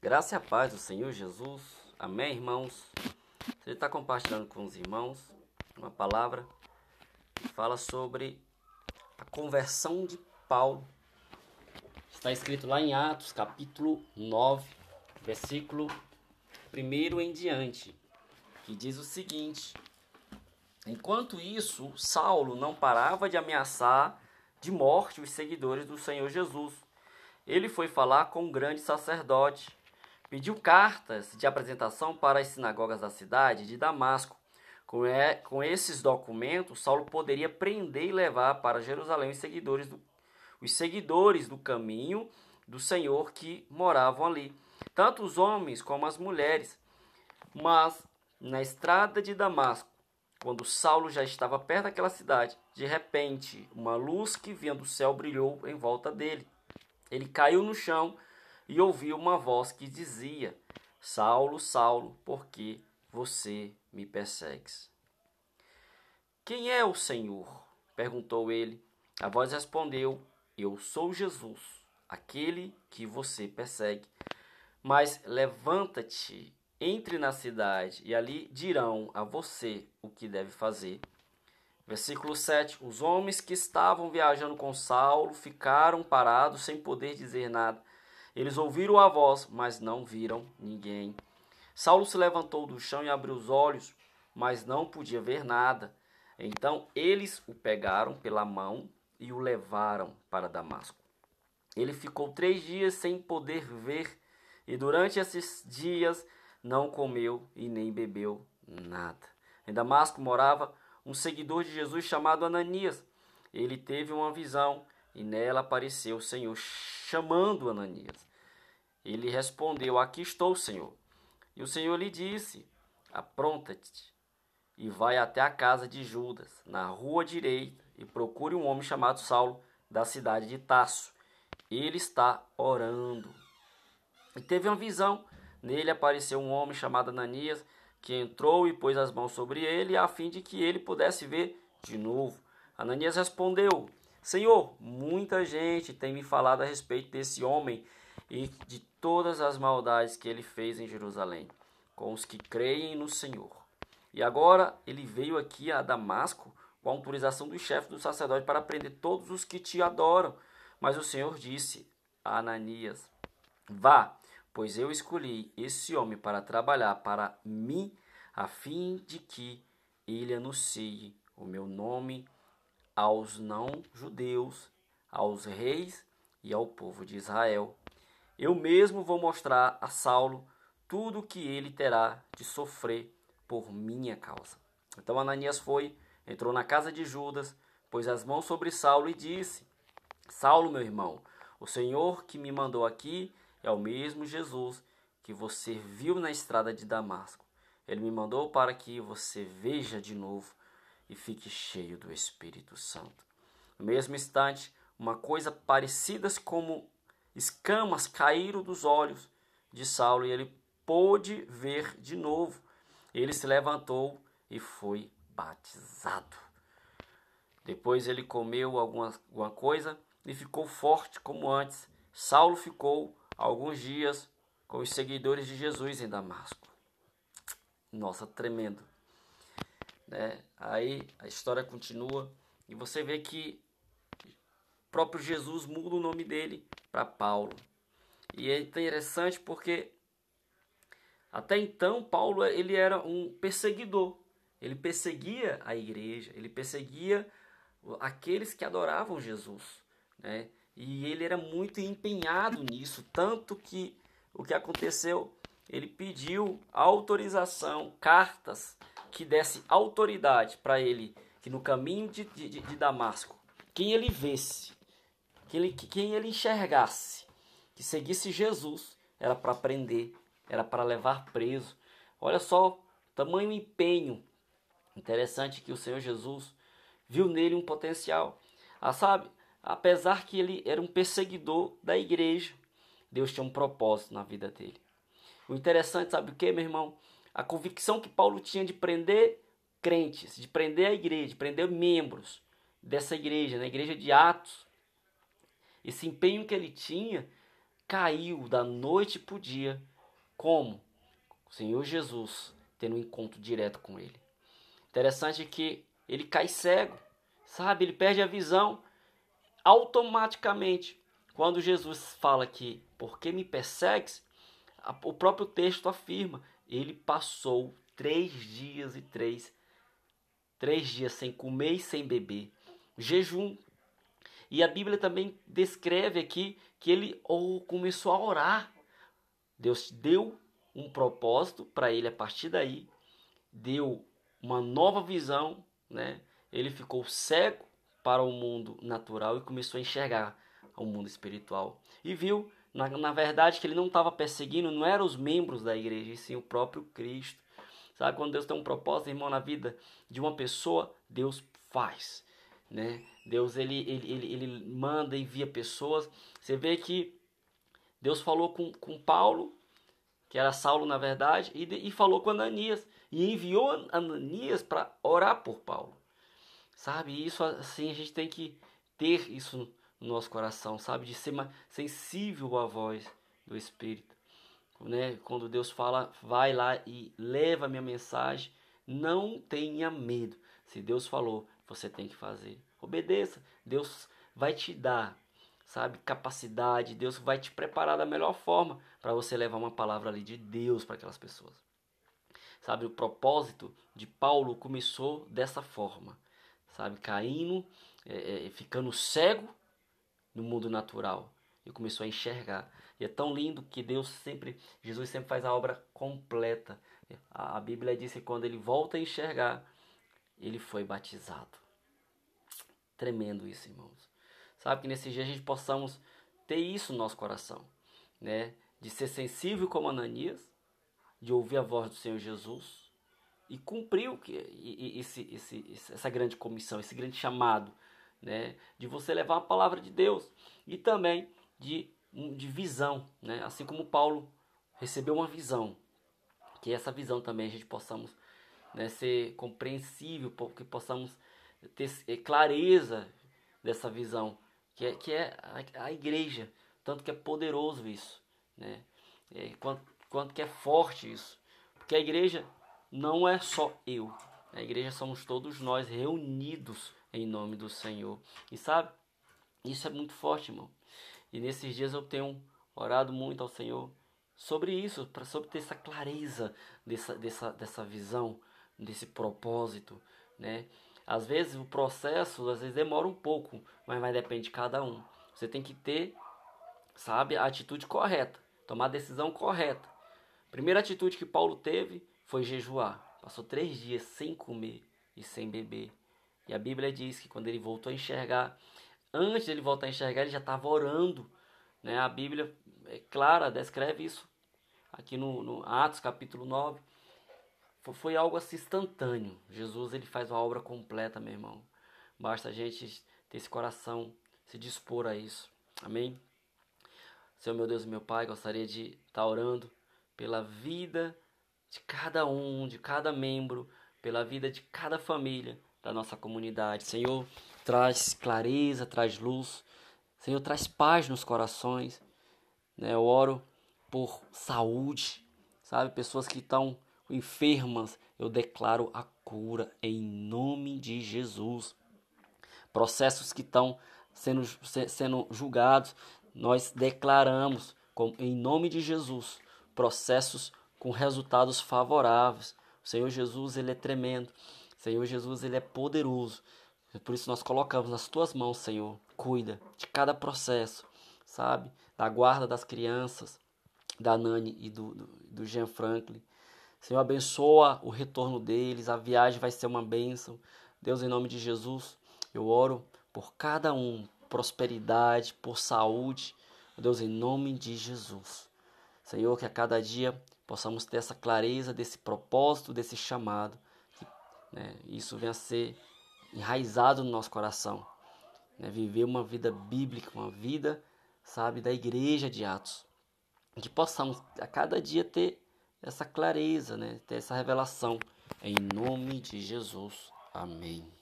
Graça e a paz do Senhor Jesus. Amém, irmãos? Você está compartilhando com os irmãos uma palavra que fala sobre a conversão de Paulo. Está escrito lá em Atos, capítulo 9, versículo 1 em diante, que diz o seguinte: enquanto isso, Saulo não parava de ameaçar de morte os seguidores do Senhor Jesus. Ele foi falar com um grande sacerdote. Pediu cartas de apresentação para as sinagogas da cidade de Damasco. Com esses documentos, Saulo poderia prender e levar para Jerusalém os seguidores do caminho do Senhor que moravam ali, tanto os homens como as mulheres. Mas, na estrada de Damasco, quando Saulo já estava perto daquela cidade, de repente, uma luz que vinha do céu brilhou em volta dele. Ele caiu no chão e ouviu uma voz que dizia: Saulo, Saulo, por que você me persegues? Quem é o Senhor? Perguntou ele. A voz respondeu: eu sou Jesus, aquele que você persegue. Mas levanta-te, entre na cidade, e ali dirão a você o que deve fazer. Versículo 7. Os homens que estavam viajando com Saulo ficaram parados sem poder dizer nada. Eles ouviram a voz, mas não viram ninguém. Saulo se levantou do chão e abriu os olhos, mas não podia ver nada. Então eles o pegaram pela mão e o levaram para Damasco. Ele ficou 3 dias sem poder ver, e durante esses dias não comeu e nem bebeu nada. Em Damasco morava um seguidor de Jesus chamado Ananias. Ele teve uma visão e nela apareceu o Senhor chamando Ananias. Ele respondeu: aqui estou, Senhor. E o Senhor lhe disse: apronta-te e vai até a casa de Judas, na rua direita, e procure um homem chamado Saulo, da cidade de Tarso. Ele está orando. E teve uma visão. Nele apareceu um homem chamado Ananias, que entrou e pôs as mãos sobre ele, a fim de que ele pudesse ver de novo. Ananias respondeu: Senhor, muita gente tem me falado a respeito desse homem e de todas as maldades que ele fez em Jerusalém, com os que creem no Senhor. E agora ele veio aqui a Damasco com a autorização do chefe do sacerdote para prender todos os que te adoram. Mas o Senhor disse a Ananias: vá, pois eu escolhi esse homem para trabalhar para mim, a fim de que ele anuncie o meu nome aos não-judeus, aos reis e ao povo de Israel. Eu mesmo vou mostrar a Saulo tudo o que ele terá de sofrer por minha causa. Então Ananias entrou na casa de Judas, pôs as mãos sobre Saulo e disse: Saulo, meu irmão, o Senhor que me mandou aqui é o mesmo Jesus que você viu na estrada de Damasco. Ele me mandou para que você veja de novo e fique cheio do Espírito Santo. No mesmo instante, uma coisa parecida como escamas caíram dos olhos de Saulo e ele pôde ver de novo. Ele se levantou e foi batizado. Depois ele comeu alguma coisa e ficou forte como antes. Saulo ficou alguns dias com os seguidores de Jesus em Damasco. Nossa, tremendo, né? Aí a história continua e você vê que o próprio Jesus muda o nome dele para Paulo. E é interessante porque até então Paulo ele era um perseguidor. Ele perseguia a igreja, ele perseguia aqueles que adoravam Jesus, né? E ele era muito empenhado nisso, tanto que o que aconteceu, ele pediu autorização, cartas que desse autoridade para ele, que no caminho de Damasco, quem ele visse, quem ele enxergasse, que seguisse Jesus, era para prender, era para levar preso. Olha só, tamanho empenho. Interessante que o Senhor Jesus viu nele um potencial. Sabe, apesar que ele era um perseguidor da igreja, Deus tinha um propósito na vida dele. O interessante, sabe o que, meu irmão? A convicção que Paulo tinha de prender crentes, de prender a igreja, de prender membros dessa igreja, na igreja de Atos. Esse empenho que ele tinha caiu da noite para o dia Como? O Senhor Jesus tendo um encontro direto com ele. Interessante que ele cai cego, sabe? Ele perde a visão automaticamente. Quando Jesus fala que, por que me persegues? O próprio texto afirma, ele passou 3 dias e 3 dias sem comer e sem beber. Jejum. E a Bíblia também descreve aqui que ele começou a orar. Deus deu um propósito para ele a partir daí. Deu uma nova visão, né? Ele ficou cego para o mundo natural e começou a enxergar o mundo espiritual. E viu, na verdade, que ele não estava perseguindo, não eram os membros da igreja, e sim o próprio Cristo. Sabe, quando Deus tem um propósito, irmão, na vida de uma pessoa, Deus faz, né? Deus, ele manda, envia pessoas. Você vê que Deus falou com Paulo, que era Saulo na verdade, e falou com Ananias. E enviou Ananias para orar por Paulo. Sabe, isso assim, a gente tem que ter isso no nosso coração, sabe? De ser sensível à voz do Espírito. Né? Quando Deus fala, vai lá e leva a minha mensagem, não tenha medo. Se Deus falou, você tem que fazer. Obedeça. Deus vai te dar, sabe, capacidade. Deus vai te preparar da melhor forma para você levar uma palavra ali de Deus para aquelas pessoas. Sabe, o propósito de Paulo começou dessa forma. Sabe, caindo, ficando cego no mundo natural. E começou a enxergar. E é tão lindo que Jesus sempre faz a obra completa. A Bíblia diz que quando ele volta a enxergar, ele foi batizado. Tremendo isso, irmãos. Sabe, que nesse dia a gente possamos ter isso no nosso coração, né? De ser sensível como Ananias, de ouvir a voz do Senhor Jesus e cumprir essa grande comissão, esse grande chamado, né? De você levar a palavra de Deus e também de visão, né? Assim como Paulo recebeu uma visão, que essa visão também a gente possamos, né, ser compreensível, que possamos ter clareza dessa visão, que é a igreja, tanto que é poderoso isso, né? Quanto que é forte isso, porque a igreja não é só eu, a igreja somos todos nós reunidos em nome do Senhor, e sabe, isso é muito forte, irmão. E nesses dias eu tenho orado muito ao Senhor sobre isso, sobre ter essa clareza dessa visão, desse propósito, né? Às vezes o processo, às vezes demora um pouco, mas vai depender de cada um. Você tem que ter, sabe, a atitude correta, tomar a decisão correta. A primeira atitude que Paulo teve foi jejuar. Passou 3 dias sem comer e sem beber. E a Bíblia diz que quando ele voltou a enxergar, antes de ele voltar a enxergar, ele já estava orando, né? A Bíblia é clara, descreve isso aqui no Atos capítulo 9. Foi algo assim instantâneo. Jesus, ele faz uma obra completa, meu irmão. Basta a gente ter esse coração, se dispor a isso. Amém? Senhor, meu Deus e meu Pai, gostaria de estar orando pela vida de cada um, de cada membro, pela vida de cada família da nossa comunidade. Senhor, traz clareza, traz luz. Senhor, traz paz nos corações. Né? Eu oro por saúde, sabe? Pessoas que estão enfermas, eu declaro a cura em nome de Jesus. Processos que estão sendo julgados, nós declaramos em nome de Jesus, processos com resultados favoráveis. O Senhor Jesus, ele é tremendo. O Senhor Jesus, ele é poderoso. Por isso nós colocamos nas tuas mãos, Senhor. Cuida de cada processo, sabe? Da guarda das crianças, da Nani e do Jean Franklin. Senhor, abençoa o retorno deles, a viagem vai ser uma bênção. Deus, em nome de Jesus, eu oro por cada um, prosperidade, por saúde. Deus, em nome de Jesus. Senhor, que a cada dia possamos ter essa clareza desse propósito, desse chamado. Que, né, isso venha a ser enraizado no nosso coração. Né, viver uma vida bíblica, uma vida, sabe, da igreja de Atos. Que possamos a cada dia ter essa clareza, né? Ter essa revelação. Em nome de Jesus. Amém.